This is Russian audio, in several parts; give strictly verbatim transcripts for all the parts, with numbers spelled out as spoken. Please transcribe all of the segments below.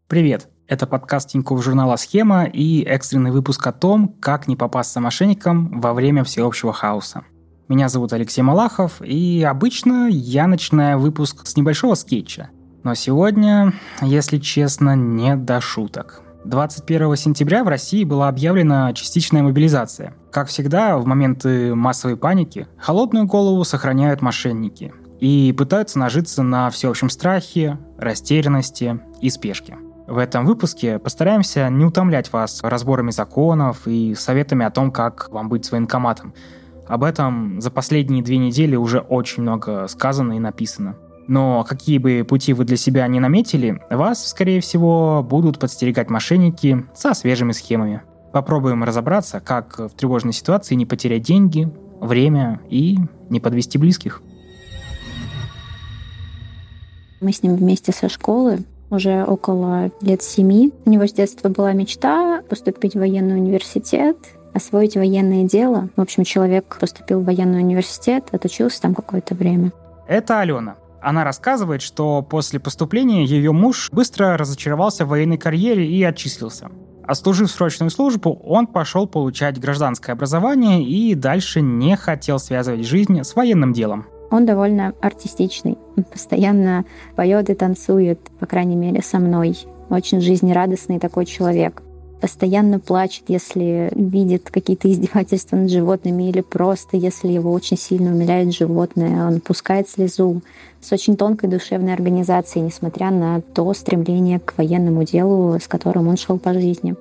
Привет! Это подкаст Тинькофф журнала «Схема» и экстренный выпуск о том, как не попасться мошенникам во время всеобщего хаоса. Меня зовут Алексей Малахов, и обычно я начинаю выпуск с небольшого скетча. Но сегодня, если честно, не до шуток. двадцать первого сентября в России была объявлена частичная мобилизация. Как всегда, в моменты массовой паники холодную голову сохраняют мошенники и пытаются нажиться на всеобщем страхе, растерянности и спешке. В этом выпуске постараемся не утомлять вас разборами законов и советами о том, как вам быть с военкоматом. Об этом за последние две недели уже очень много сказано и написано. Но какие бы пути вы для себя не наметили, вас, скорее всего, будут подстерегать мошенники со свежими схемами. Попробуем разобраться, как в тревожной ситуации не потерять деньги, время и не подвести близких. Мы с ним вместе со школы. Уже около лет семи. У него с детства была мечта поступить в военный университет, освоить военное дело. В общем, человек поступил в военный университет, отучился там какое-то время. Это Алена. Она рассказывает, что после поступления ее муж быстро разочаровался в военной карьере и отчислился. Отслужив срочную службу, он пошел получать гражданское образование и дальше не хотел связывать жизнь с военным делом. Он довольно артистичный, он постоянно поет и танцует, по крайней мере, со мной. Очень жизнерадостный такой человек. Постоянно плачет, если видит какие-то издевательства над животными или просто, если его очень сильно умиляет животное, он пускает слезу. С очень тонкой душевной организацией, несмотря на то стремление к военному делу, с которым он шел по жизни.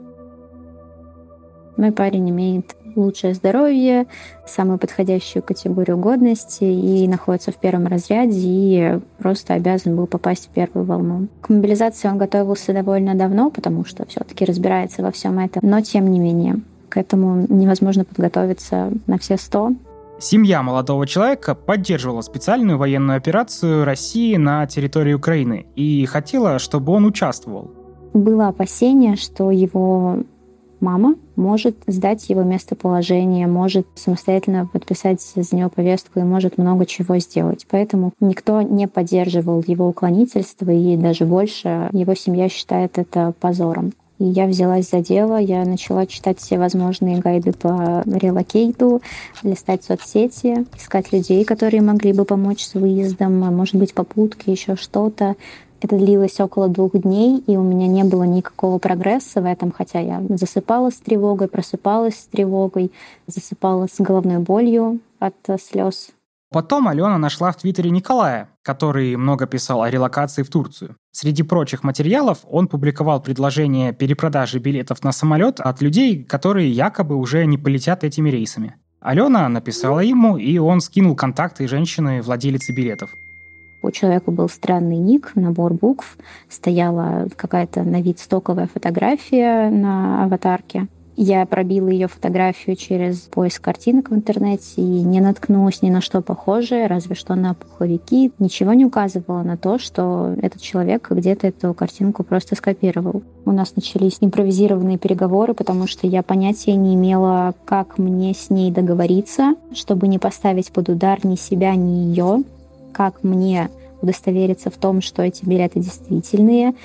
Мой парень имеет лучшее здоровье, самую подходящую категорию годности и находится в первом разряде и просто обязан был попасть в первую волну. К мобилизации он готовился довольно давно, потому что все-таки разбирается во всем этом, но тем не менее к этому невозможно подготовиться на все сто. Семья молодого человека поддерживала специальную военную операцию России на территории Украины и хотела, чтобы он участвовал. Было опасение, что его мама может сдать его местоположение, может самостоятельно подписать за него повестку и может много чего сделать. Поэтому никто не поддерживал его уклонительство, и даже больше его семья считает это позором. И я взялась за дело, я начала читать все возможные гайды по релокейту, листать соцсети, искать людей, которые могли бы помочь с выездом, может быть, попутки, еще что-то. Это длилось около двух дней, и у меня не было никакого прогресса в этом, хотя я засыпала с тревогой, просыпалась с тревогой, засыпала с головной болью от слез. Потом Алена нашла в Твиттере Николая, который много писал о релокации в Турцию. Среди прочих материалов он публиковал предложение перепродажи билетов на самолет от людей, которые якобы уже не полетят этими рейсами. Алена написала ему, и он скинул контакты женщины-владелицы билетов. У человека был странный ник, набор букв, стояла какая-то на вид стоковая фотография на аватарке. Я пробила ее фотографию через поиск картинок в интернете и не наткнулась ни на что похожее, разве что на пуховики. Ничего не указывало на то, что этот человек где-то эту картинку просто скопировал. У нас начались импровизированные переговоры, потому что я понятия не имела, как мне с ней договориться, чтобы не поставить под удар ни себя, ни ее. Как мне удостовериться в том, что эти билеты действительные.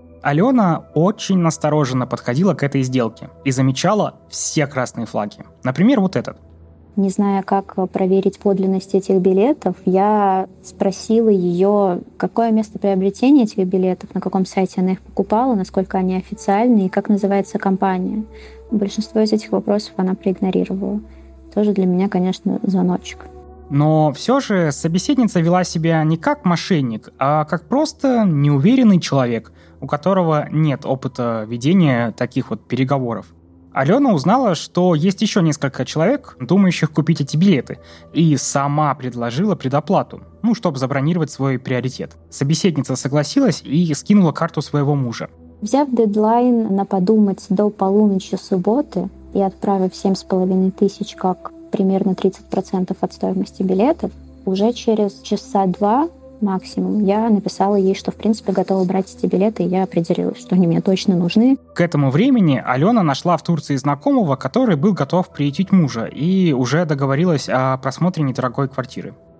Алена очень настороженно подходила к этой сделке и замечала все красные флаги. Например, вот этот. Не зная, как проверить подлинность этих билетов, я спросила ее, какое место приобретения этих билетов, на каком сайте она их покупала, насколько они официальные и как называется компания. Большинство из этих вопросов она проигнорировала. Тоже для меня, конечно, звоночек. Но все же собеседница вела себя не как мошенник, а как просто неуверенный человек, у которого нет опыта ведения таких вот переговоров. Алена узнала, что есть еще несколько человек, думающих купить эти билеты, и сама предложила предоплату, ну, чтобы забронировать свой приоритет. Собеседница согласилась и скинула карту своего мужа. Взяв дедлайн на подумать до полуночи субботы и отправив семь с половиной тысяч как примерно тридцать процентов от стоимости билетов, уже через часа два максимум я написала ей, что в принципе готова брать эти билеты, и я определилась, что они мне точно нужны. К этому времени Алена нашла в Турции знакомого, который был готов приютить мужа, и уже договорилась о просмотре недорогой квартиры.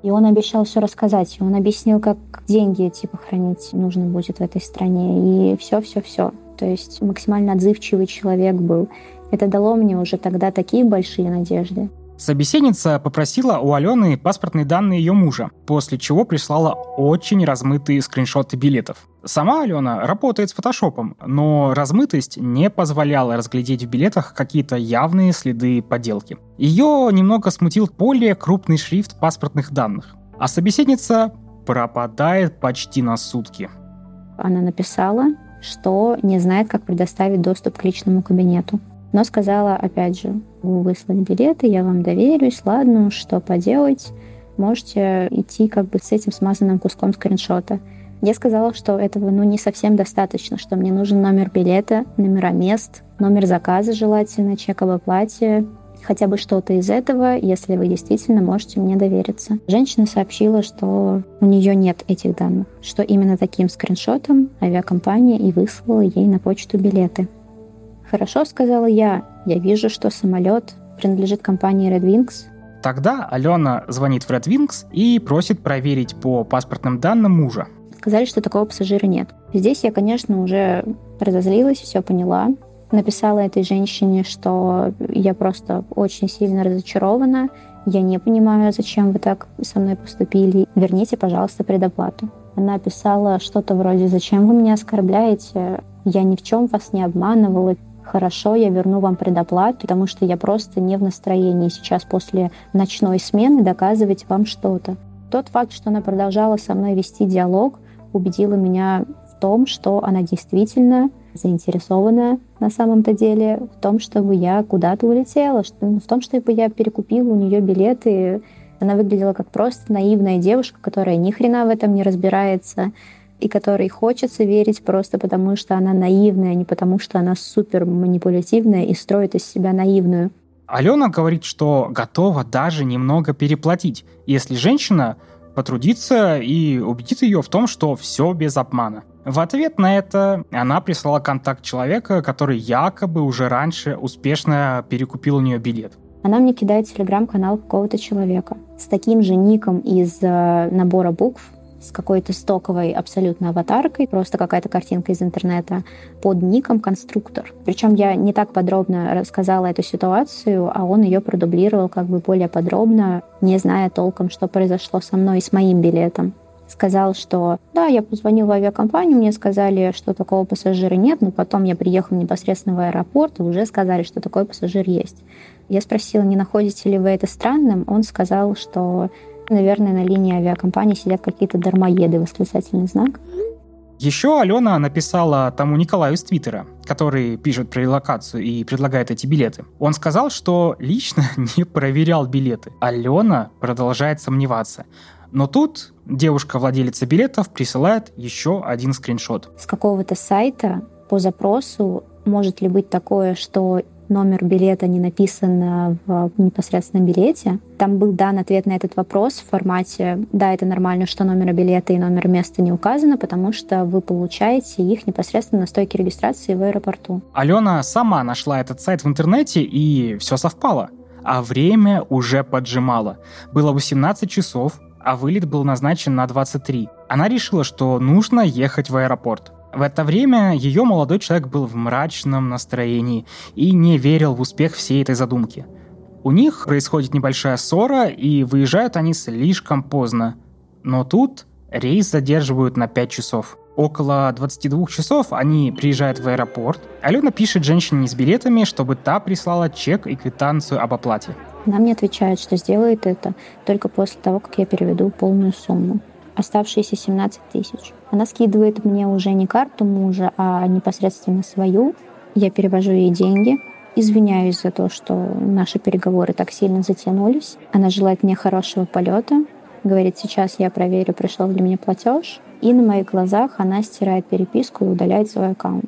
И он обещал все рассказать. И он объяснил, как деньги типа хранить нужно будет в этой стране. И все-все-все. То есть максимально отзывчивый человек был. Это дало мне уже тогда такие большие надежды. Собеседница попросила у Алены паспортные данные ее мужа, после чего прислала очень размытые скриншоты билетов. Сама Алена работает с фотошопом, но размытость не позволяла разглядеть в билетах какие-то явные следы подделки. Ее немного смутил более крупный шрифт паспортных данных, а собеседница пропадает почти на сутки. Она написала, что не знает, как предоставить доступ к личному кабинету. Но сказала, опять же, вы выслали билеты, я вам доверюсь, ладно, что поделать, можете идти как бы с этим смазанным куском скриншота. Я сказала, что этого ну, не совсем достаточно, что мне нужен номер билета, номера мест, номер заказа желательно, чек об оплате, хотя бы что-то из этого, если вы действительно можете мне довериться. Женщина сообщила, что у нее нет этих данных, что именно таким скриншотом авиакомпания и выслала ей на почту билеты. «Хорошо», — сказала я. «Я вижу, что самолет принадлежит компании Red Wings». Тогда Алена звонит в Red Wings и просит проверить по паспортным данным мужа. Сказали, что такого пассажира нет. Здесь я, конечно, уже разозлилась, все поняла. Написала этой женщине, что я просто очень сильно разочарована. Я не понимаю, зачем вы так со мной поступили. Верните, пожалуйста, предоплату. Она писала что-то вроде «Зачем вы меня оскорбляете? Я ни в чем вас не обманывала. Хорошо, я верну вам предоплату, потому что я просто не в настроении сейчас после ночной смены доказывать вам что-то». Тот факт, что она продолжала со мной вести диалог, убедила меня в том, что она действительно заинтересована на самом-то деле в том, чтобы я куда-то улетела, что, в том, чтобы я перекупила у нее билеты. Она выглядела как просто наивная девушка, которая ни хрена в этом не разбирается, и которой хочется верить просто потому, что она наивная, а не потому, что она супер манипулятивная и строит из себя наивную. Алена говорит, что готова даже немного переплатить, если женщина потрудится и убедит ее в том, что все без обмана. В ответ на это она прислала контакт человека, который якобы уже раньше успешно перекупил у нее билет. Она мне кидает телеграм-канал какого-то человека с таким же ником из э, набора букв, с какой-то стоковой абсолютно аватаркой, просто какая-то картинка из интернета под ником «Конструктор». Причем я не так подробно рассказала эту ситуацию, а он ее продублировал как бы более подробно, не зная толком, что произошло со мной и с моим билетом. Сказал, что да, я позвонил в авиакомпанию, мне сказали, что такого пассажира нет, но потом я приехал непосредственно в аэропорт, и уже сказали, что такой пассажир есть. Я спросила, не находите ли вы это странным? Он сказал, что, наверное, на линии авиакомпании сидят какие-то дармоеды, восклицательный знак. Еще Алена написала тому Николаю из Твиттера, который пишет про релокацию и предлагает эти билеты. Он сказал, что лично не проверял билеты. Алена продолжает сомневаться. Но тут девушка-владелица билетов присылает еще один скриншот. С какого-то сайта по запросу может ли быть такое, что номер билета не написан в непосредственном билете. Там был дан ответ на этот вопрос в формате «Да, это нормально, что номер билета и номер места не указано, потому что вы получаете их непосредственно на стойке регистрации в аэропорту». Алена сама нашла этот сайт в интернете, и все совпало. А время уже поджимало. Было восемнадцать часов, а вылет был назначен на двадцать три. Она решила, что нужно ехать в аэропорт. В это время ее молодой человек был в мрачном настроении и не верил в успех всей этой задумки. У них происходит небольшая ссора, и выезжают они слишком поздно. Но тут рейс задерживают на пять часов. Около двадцати двух часов они приезжают в аэропорт. Алена пишет женщине с билетами, чтобы та прислала чек и квитанцию об оплате. Она мне отвечает, что сделает это только после того, как я переведу полную сумму. Оставшиеся семнадцать тысяч. Она скидывает мне уже не карту мужа, а непосредственно свою. Я перевожу ей деньги. Извиняюсь за то, что наши переговоры так сильно затянулись. Она желает мне хорошего полета. Говорит, сейчас я проверю, пришел ли мне платеж. И на моих глазах она стирает переписку и удаляет свой аккаунт.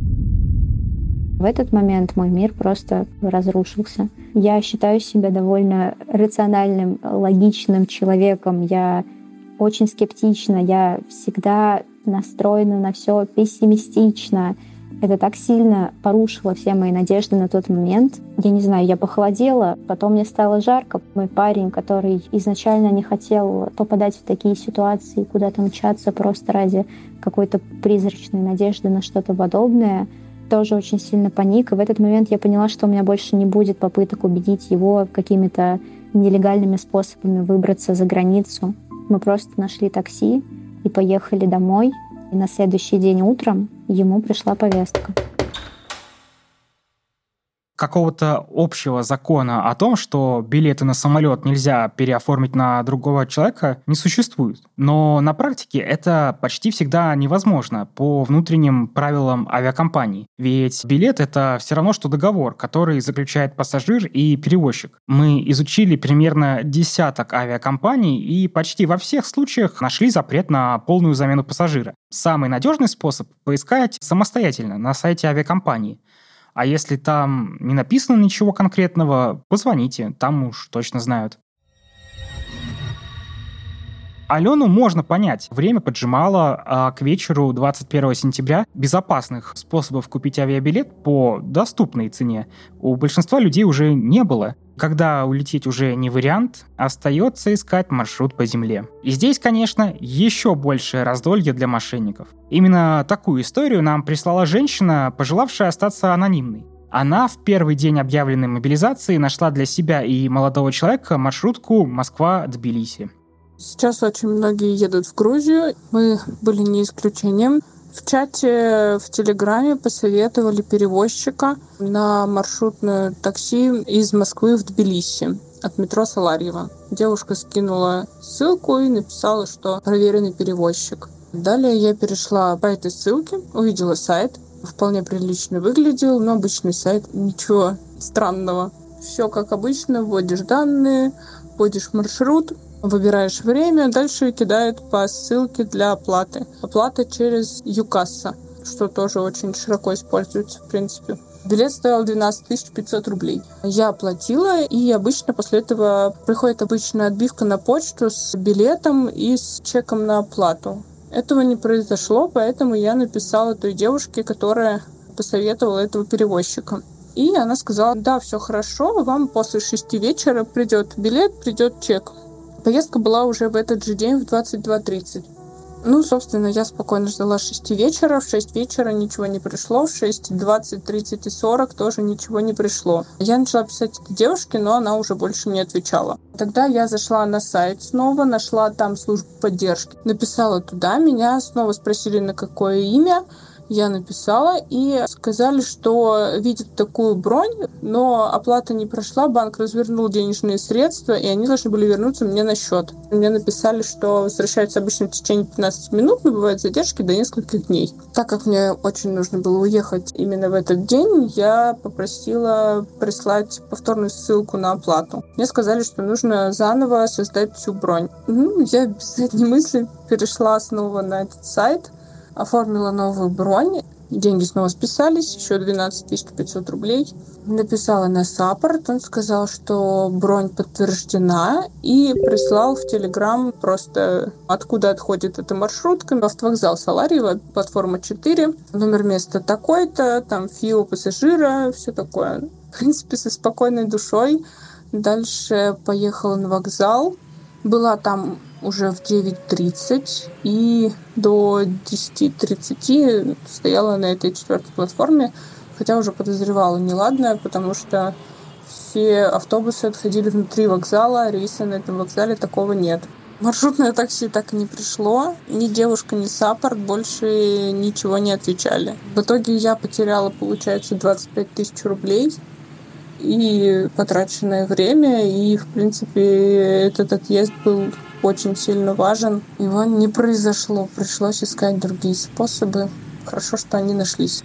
В этот момент мой мир просто разрушился. Я считаю себя довольно рациональным, логичным человеком. Я очень скептична, я всегда настроена на все пессимистично. Это так сильно порушило все мои надежды на тот момент. Я не знаю, я похолодела, потом мне стало жарко. Мой парень, который изначально не хотел попадать в такие ситуации, куда-то мчаться просто ради какой-то призрачной надежды на что-то подобное, тоже очень сильно паник. И в этот момент я поняла, что у меня больше не будет попыток убедить его какими-то нелегальными способами выбраться за границу. Мы просто нашли такси и поехали домой. И на следующий день утром ему пришла повестка. Какого-то общего закона о том, что билеты на самолет нельзя переоформить на другого человека, не существует. Но на практике это почти всегда невозможно по внутренним правилам авиакомпаний. Ведь билет — это все равно, что договор, который заключает пассажир и перевозчик. Мы изучили примерно десяток авиакомпаний и почти во всех случаях нашли запрет на полную замену пассажира. Самый надежный способ — поискать самостоятельно на сайте авиакомпании. А если там не написано ничего конкретного, позвоните, там уж точно знают. Алену можно понять. Время поджимало, а к вечеру двадцать первого сентября безопасных способов купить авиабилет по доступной цене у большинства людей уже не было. Когда улететь уже не вариант, остается искать маршрут по земле. И здесь, конечно, еще большее раздолье для мошенников. Именно такую историю нам прислала женщина, пожелавшая остаться анонимной. Она в первый день объявленной мобилизации нашла для себя и молодого человека маршрутку Москва-Тбилиси. Сейчас очень многие едут в Грузию. Мы были не исключением. В чате в Телеграме посоветовали перевозчика на маршрутное такси из Москвы в Тбилиси от метро Саларьево. Девушка скинула ссылку и написала, что проверенный перевозчик. Далее я перешла по этой ссылке, увидела сайт. Вполне прилично выглядел, но обычный сайт, ничего странного. Все как обычно, вводишь данные, вводишь маршрут, выбираешь время, дальше кидает по ссылке для оплаты. Оплата через ЮКасса, что тоже очень широко используется, в принципе. Билет стоил двенадцать тысяч пятьсот рублей. Я оплатила, и обычно после этого приходит обычная отбивка на почту с билетом и с чеком на оплату. Этого не произошло, поэтому я написала той девушке, которая посоветовала этого перевозчика. И она сказала: да, все хорошо, вам после шести вечера придет билет, придет чек. Поездка была уже в этот же день в двадцать два тридцать. Ну, собственно, я спокойно ждала шести вечера. В шесть вечера ничего не пришло. В шесть двадцать, тридцать и сорок тоже ничего не пришло. Я начала писать этой девушке, но она уже больше не отвечала. Тогда я зашла на сайт снова, нашла там службу поддержки. Написала туда, меня снова спросили, на какое имя. Я написала, и сказали, что видят такую бронь, но оплата не прошла, банк развернул денежные средства, и они должны были вернуться мне на счет. Мне написали, что возвращаются обычно в течение пятнадцати минут, но бывают задержки до нескольких дней. Так как мне очень нужно было уехать именно в этот день, я попросила прислать повторную ссылку на оплату. Мне сказали, что нужно заново создать всю бронь. Ну, я без задней мысли перешла снова на этот сайт, оформила новую бронь, деньги снова списались, еще двенадцать тысяч пятьсот рублей. Написала на саппорт, он сказал, что бронь подтверждена, и прислал в Телеграм просто, откуда отходит эта маршрутка. Автовокзал Саларьево, платформа четыре, номер места такой-то, там ФИО пассажира, все такое. В принципе, со спокойной душой. Дальше поехала на вокзал, была там уже в девять тридцать, и до десять тридцать стояла на этой четвертой платформе, хотя уже подозревала неладное, потому что все автобусы отходили внутри вокзала, а рейса на этом вокзале такого нет. Маршрутное такси так и не пришло, ни девушка, ни саппорт больше ничего не отвечали. В итоге я потеряла, получается, двадцать пять тысяч рублей и потраченное время, и, в принципе, этот отъезд был очень сильно важен. Его не произошло. Пришлось искать другие способы. Хорошо, что они нашлись.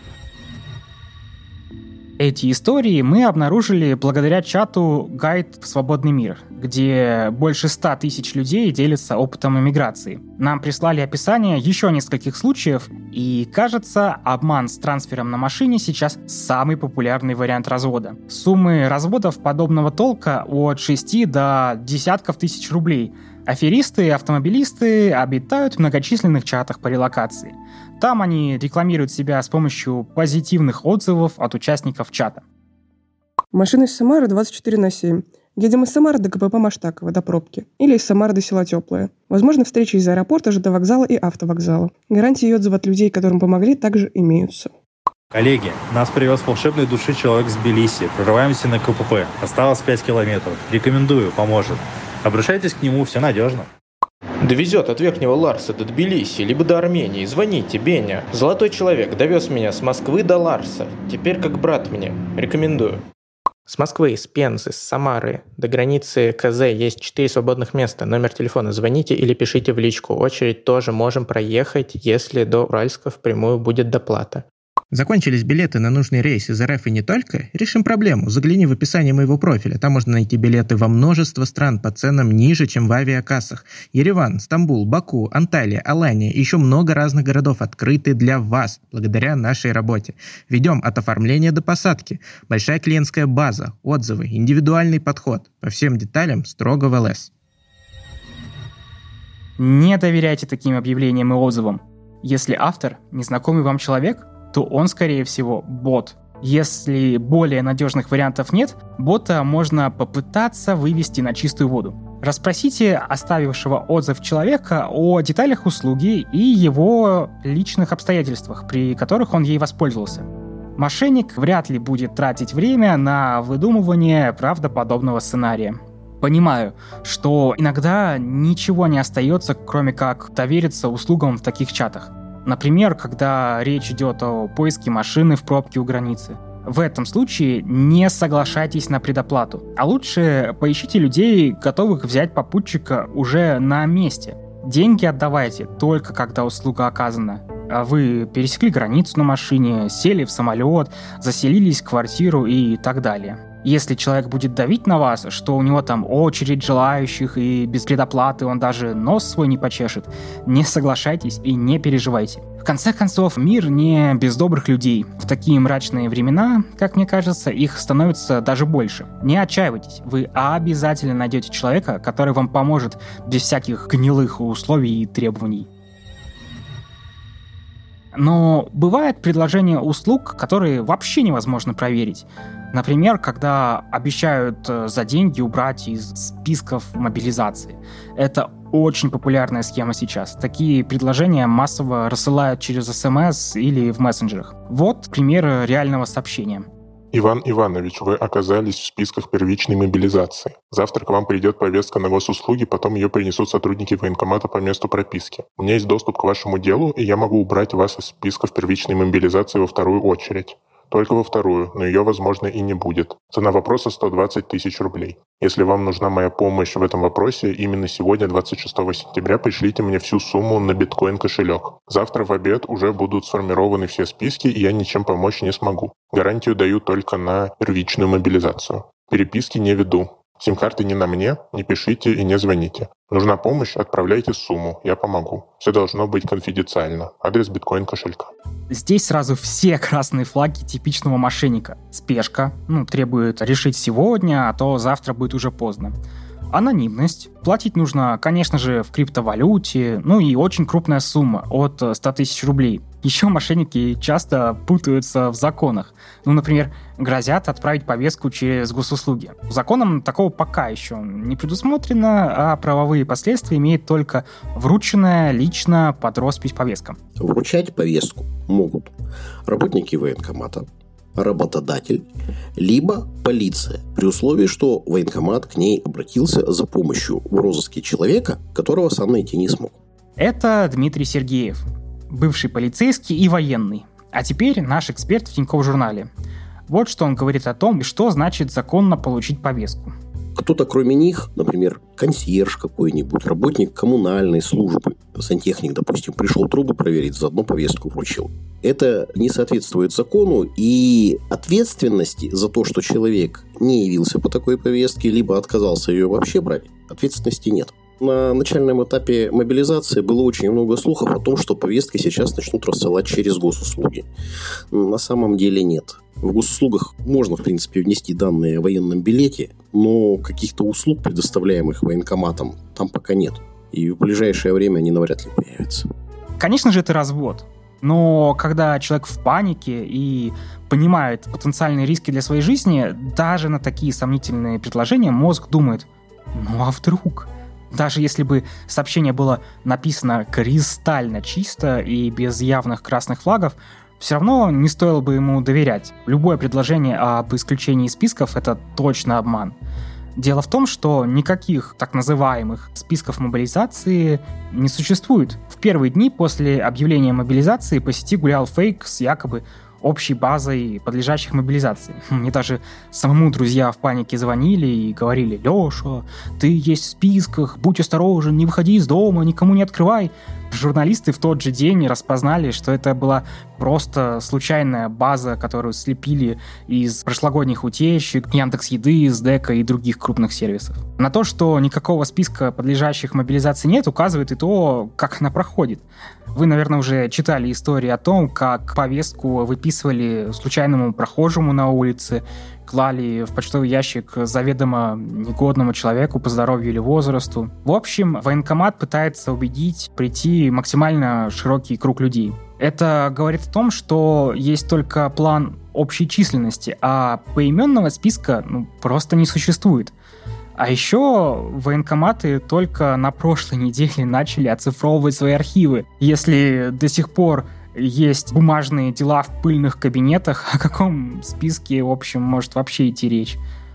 Эти истории мы обнаружили благодаря чату «Гайд в свободный мир», где больше ста тысяч людей делятся опытом эмиграции. Нам прислали описание еще нескольких случаев, и, кажется, обман с трансфером на машине сейчас самый популярный вариант развода. Суммы разводов подобного толка от шести до десятков тысяч рублей. Аферисты и автомобилисты обитают в многочисленных чатах по релокации. Там они рекламируют себя с помощью позитивных отзывов от участников чата. Машина из Самары двадцать четыре на семь. Едем из Самары до КПП Маштакова, до пробки. Или из Самары до села Теплое. Возможно, встречи из аэропорта, ЖД-вокзала и автовокзала. Гарантии и отзывы от людей, которым помогли, также имеются. Коллеги, нас привез волшебной души человек с Тбилиси. Прорываемся на КПП. Осталось пять километров. Рекомендую, поможет. Обращайтесь к нему, все надежно. Довезет от Верхнего Ларса до Тбилиси, либо до Армении. Звоните, Беня. Золотой человек довез меня с Москвы до Ларса. Теперь как брат мне. Рекомендую. С Москвы, с Пензы, с Самары. До границы КЗ есть четыре свободных места. Номер телефона звоните или пишите в личку. Очередь тоже можем проехать, если до Уральска впрямую будет доплата. Закончились билеты на нужный рейс из РФ и не только? Решим проблему. Загляни в описание моего профиля. Там можно найти билеты во множество стран по ценам ниже, чем в авиакассах. Ереван, Стамбул, Баку, Анталия, Алания и еще много разных городов открыты для вас, благодаря нашей работе. Ведем от оформления до посадки. Большая клиентская база, отзывы, индивидуальный подход. По всем деталям строго в ЛС. Не доверяйте таким объявлениям и отзывам. Если автор – незнакомый вам человек, то он, скорее всего, бот. Если более надежных вариантов нет, бота можно попытаться вывести на чистую воду. Расспросите оставившего отзыв человека о деталях услуги и его личных обстоятельствах, при которых он ей воспользовался. Мошенник вряд ли будет тратить время на выдумывание правдоподобного сценария. Понимаю, что иногда ничего не остается, кроме как довериться услугам в таких чатах. Например, когда речь идет о поиске машины в пробке у границы. В этом случае не соглашайтесь на предоплату, а лучше поищите людей, готовых взять попутчика уже на месте. Деньги отдавайте только когда услуга оказана. Вы пересекли границу на машине, сели в самолет, заселились в квартиру и так далее. Если человек будет давить на вас, что у него там очередь желающих и без предоплаты он даже нос свой не почешет, не соглашайтесь и не переживайте. В конце концов, мир не без добрых людей. В такие мрачные времена, как мне кажется, их становится даже больше. Не отчаивайтесь, вы обязательно найдете человека, который вам поможет без всяких гнилых условий и требований. Но бывают предложения услуг, которые вообще невозможно проверить. Например, когда обещают за деньги убрать из списков мобилизации. Это очень популярная схема сейчас. Такие предложения массово рассылают через СМС или в мессенджерах. Вот пример реального сообщения. Иван Иванович, вы оказались в списках первичной мобилизации. Завтра к вам придет повестка на госуслуги, потом ее принесут сотрудники военкомата по месту прописки. У меня есть доступ к вашему делу, и я могу убрать вас из списков первичной мобилизации во вторую очередь. Только во вторую, но ее, возможно, и не будет. Цена вопроса сто двадцать тысяч рублей. Если вам нужна моя помощь в этом вопросе, именно сегодня, двадцать шестого сентября, пришлите мне всю сумму на биткоин-кошелек. Завтра в обед уже будут сформированы все списки, и я ничем помочь не смогу. Гарантию даю только на первичную мобилизацию. Переписки не веду. Сим-карты не на мне, не пишите и не звоните. Нужна помощь, отправляйте сумму, я помогу. Все должно быть конфиденциально. Адрес биткоин-кошелька. Здесь сразу все красные флаги типичного мошенника. Спешка, ну, требует решить сегодня, а то завтра будет уже поздно. Анонимность. Платить нужно, конечно же, в криптовалюте, ну и очень крупная сумма, от ста тысяч рублей. Еще мошенники часто путаются в законах. Ну, например, грозят отправить повестку через госуслуги. Законом такого пока еще не предусмотрено, а правовые последствия имеет только врученная лично под роспись повестка. Вручать повестку могут работники военкомата, работодатель, либо полиция, при условии, что военкомат к ней обратился за помощью в розыске человека, которого сам найти не смог. Это Дмитрий Сергеев, бывший полицейский и военный, а теперь наш эксперт в Тинькофф журнале. Вот что он говорит о том, что значит законно получить повестку. Кто-то кроме них, например, консьерж какой-нибудь, работник коммунальной службы, сантехник, допустим, пришел трубы проверить, заодно повестку вручил. Это не соответствует закону, и ответственности за то, что человек не явился по такой повестке, либо отказался ее вообще брать, ответственности нет. На начальном этапе мобилизации было очень много слухов о том, что повестки сейчас начнут рассылать через госуслуги. На самом деле нет. В госуслугах можно, в принципе, внести данные о военном билете, но каких-то услуг, предоставляемых военкоматом, там пока нет. И в ближайшее время они навряд ли появятся. Конечно же, это развод. Но когда человек в панике и понимает потенциальные риски для своей жизни, даже на такие сомнительные предложения мозг думает, ну а вдруг? Даже если бы сообщение было написано кристально чисто и без явных красных флагов, все равно не стоило бы ему доверять. Любое предложение об исключении из списков – это точно обман. Дело в том, что никаких так называемых списков мобилизации не существует. В первые дни после объявления мобилизации по сети гулял фейк с якобы общей базой подлежащих мобилизации. Мне даже самому друзья в панике звонили и говорили: «Леша, ты есть в списках, будь осторожен, не выходи из дома, никому не открывай». Журналисты в тот же день распознали, что это была просто случайная база, которую слепили из прошлогодних утечек Яндекс.Еды, Сдэка и других крупных сервисов. На то, что никакого списка подлежащих мобилизации нет, указывает и то, как она проходит. Вы, наверное, уже читали истории о том, как повестку выписывали случайному прохожему на улице, клали в почтовый ящик заведомо негодному человеку по здоровью или возрасту. В общем, военкомат пытается убедить прийти максимально широкий круг людей. Это говорит о том, что есть только план общей численности, а поименного списка ну, просто не существует. А еще военкоматы только на прошлой неделе начали оцифровывать свои архивы. Если до сих пор есть бумажные дела в пыльных кабинетах, о каком списке, в общем, может вообще идти речь?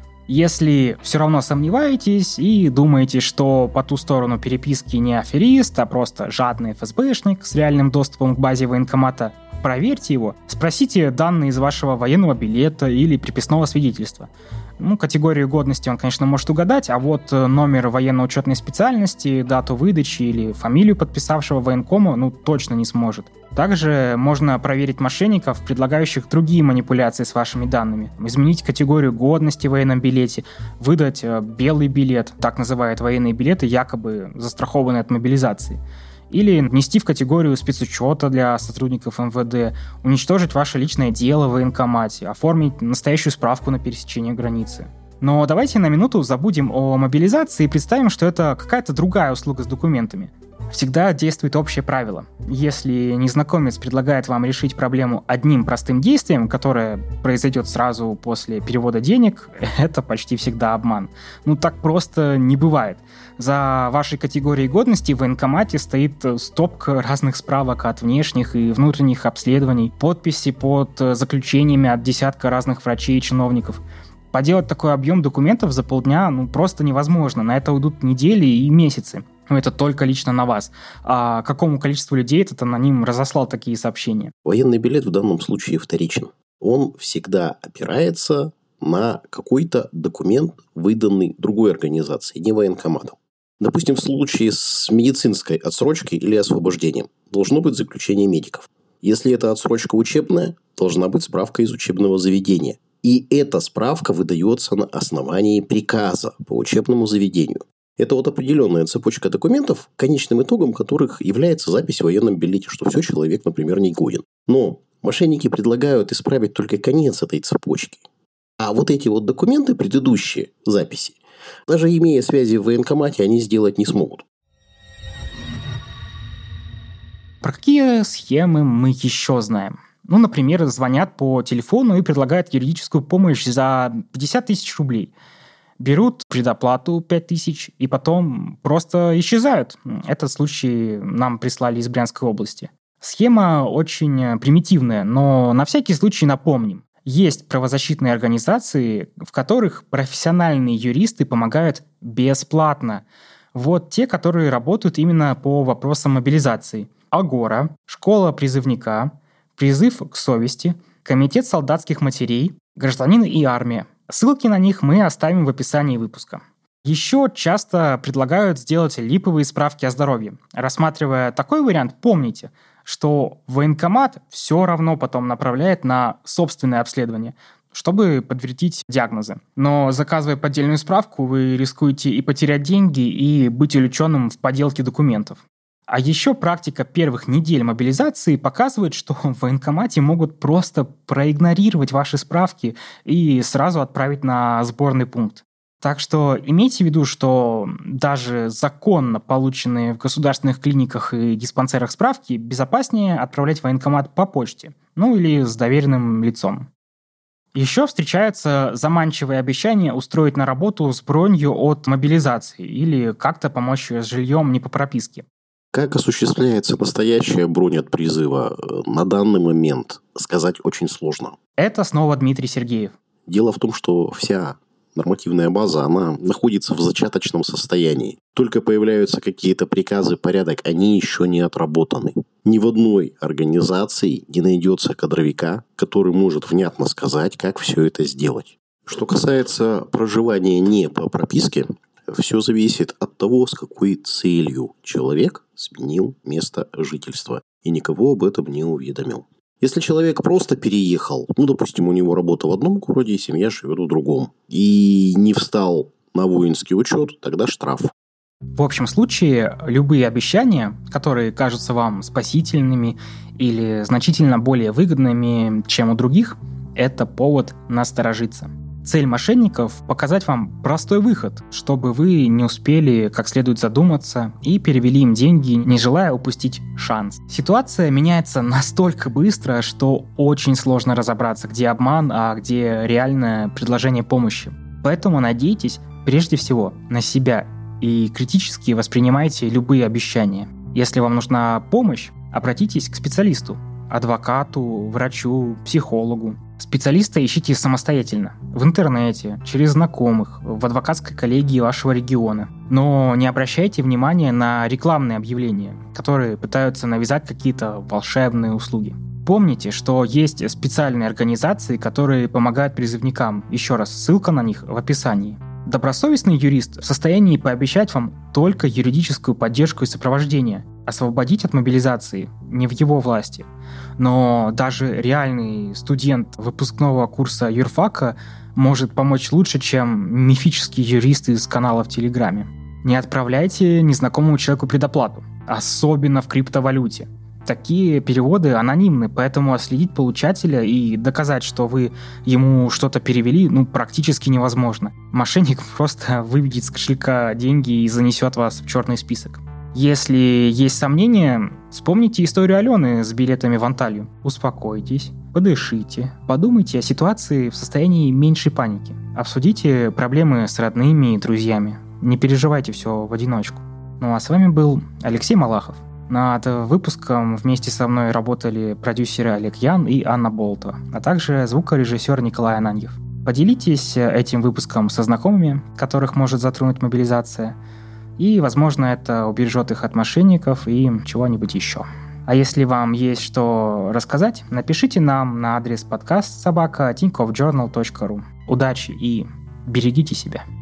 Если все равно сомневаетесь и думаете, что по ту сторону переписки не аферист, а просто жадный эф эс бэшник с реальным доступом к базе военкомата, проверьте его, спросите данные из вашего военного билета или приписного свидетельства. Ну, категорию годности он, конечно, может угадать, а вот номер военно-учетной специальности, дату выдачи или фамилию подписавшего военкома, ну, точно не сможет. Также можно проверить мошенников, предлагающих другие манипуляции с вашими данными. Изменить категорию годности в военном билете, выдать белый билет, так называют военные билеты, якобы застрахованные от мобилизации. Или внести в категорию спецучета для сотрудников эм вэ дэ, уничтожить ваше личное дело в военкомате, оформить настоящую справку на пересечение границы. Но давайте на минуту забудем о мобилизации и представим, что это какая-то другая услуга с документами. Всегда действует общее правило. Если незнакомец предлагает вам решить проблему одним простым действием, которое произойдет сразу после перевода денег, это почти всегда обман. Ну так просто не бывает. За вашей категорией годности в военкомате стоит стопка разных справок от внешних и внутренних обследований, подписи под заключениями от десятка разных врачей и чиновников. Поделать такой объем документов за полдня ну, просто невозможно. На это уйдут недели и месяцы. Но это только лично на вас. А какому количеству людей этот аноним разослал такие сообщения? Военный билет в данном случае вторичен. Он всегда опирается на какой-то документ, выданный другой организацией, не военкоматом. Допустим, в случае с медицинской отсрочкой или освобождением должно быть заключение медиков. Если это отсрочка учебная, должна быть справка из учебного заведения. И эта справка выдается на основании приказа по учебному заведению. Это вот определенная цепочка документов, конечным итогом которых является запись в военном билете, что все, человек, например, не годен. Но мошенники предлагают исправить только конец этой цепочки. А вот эти вот документы, предыдущие записи, даже имея связи в военкомате, они сделать не смогут. Про какие схемы мы еще знаем? Ну, например, звонят по телефону и предлагают юридическую помощь за пятьдесят тысяч рублей. Берут предоплату пять тысяч и потом просто исчезают. Этот случай нам прислали из Брянской области. Схема очень примитивная, но на всякий случай напомним. Есть правозащитные организации, в которых профессиональные юристы помогают бесплатно. Вот те, которые работают именно по вопросам мобилизации. Агора, Школа призывника, Призыв к совести, Комитет солдатских матерей, Гражданин и армия. Ссылки на них мы оставим в описании выпуска. Еще часто предлагают сделать липовые справки о здоровье. Рассматривая такой вариант, помните, что военкомат все равно потом направляет на собственное обследование, чтобы подтвердить диагнозы. Но заказывая поддельную справку, вы рискуете и потерять деньги, и быть увлеченным в подделке документов. А еще практика первых недель мобилизации показывает, что в военкомате могут просто проигнорировать ваши справки и сразу отправить на сборный пункт. Так что имейте в виду, что даже законно полученные в государственных клиниках и диспансерах справки безопаснее отправлять в военкомат по почте, ну или с доверенным лицом. Еще встречается заманчивое обещание устроить на работу с бронью от мобилизации или как-то помочь с жильем не по прописке. Как осуществляется настоящая бронь от призыва, на данный момент сказать очень сложно. Это снова Дмитрий Сергеев. Дело в том, что вся нормативная база, она находится в зачаточном состоянии. Только появляются какие-то приказы, порядок, они еще не отработаны. Ни в одной организации не найдется кадровика, который может внятно сказать, как все это сделать. Что касается проживания не по прописке, все зависит от того, с какой целью человек сменил место жительства и никого об этом не уведомил. Если человек просто переехал, ну, допустим, у него работа в одном городе, семья живет в другом, и не встал на воинский учет, тогда штраф. В общем случае, любые обещания, которые кажутся вам спасительными или значительно более выгодными, чем у других, это повод насторожиться. Цель мошенников – показать вам простой выход, чтобы вы не успели как следует задуматься и перевели им деньги, не желая упустить шанс. Ситуация меняется настолько быстро, что очень сложно разобраться, где обман, а где реальное предложение помощи. Поэтому надейтесь прежде всего на себя и критически воспринимайте любые обещания. Если вам нужна помощь, обратитесь к специалисту. Адвокату, врачу, психологу. Специалиста ищите самостоятельно, в интернете, через знакомых, в адвокатской коллегии вашего региона. Но не обращайте внимания на рекламные объявления, которые пытаются навязать какие-то волшебные услуги. Помните, что есть специальные организации, которые помогают призывникам. Еще раз, ссылка на них в описании. Добросовестный юрист в состоянии пообещать вам только юридическую поддержку и сопровождение. Освободить от мобилизации не в его власти. Но даже реальный студент выпускного курса юрфака может помочь лучше, чем мифический юрист из канала в Телеграме. Не отправляйте незнакомому человеку предоплату, особенно в криптовалюте. Такие переводы анонимны, поэтому отследить получателя и доказать, что вы ему что-то перевели, ну, практически невозможно. Мошенник просто выведет с кошелька деньги и занесет вас в черный список. Если есть сомнения, вспомните историю Алены с билетами в Анталью. Успокойтесь, подышите, подумайте о ситуации в состоянии меньшей паники. Обсудите проблемы с родными и друзьями. Не переживайте все в одиночку. Ну а с вами был Алексей Малахов. Над выпуском вместе со мной работали продюсеры Олег Ян и Анна Болтова, а также звукорежиссер Николай Ананьев. Поделитесь этим выпуском со знакомыми, которых может затронуть мобилизация, и, возможно, это убережет их от мошенников и чего-нибудь еще. А если вам есть что рассказать, напишите нам на адрес подкаст собака тинькофф джорнал точка ру. Удачи и берегите себя.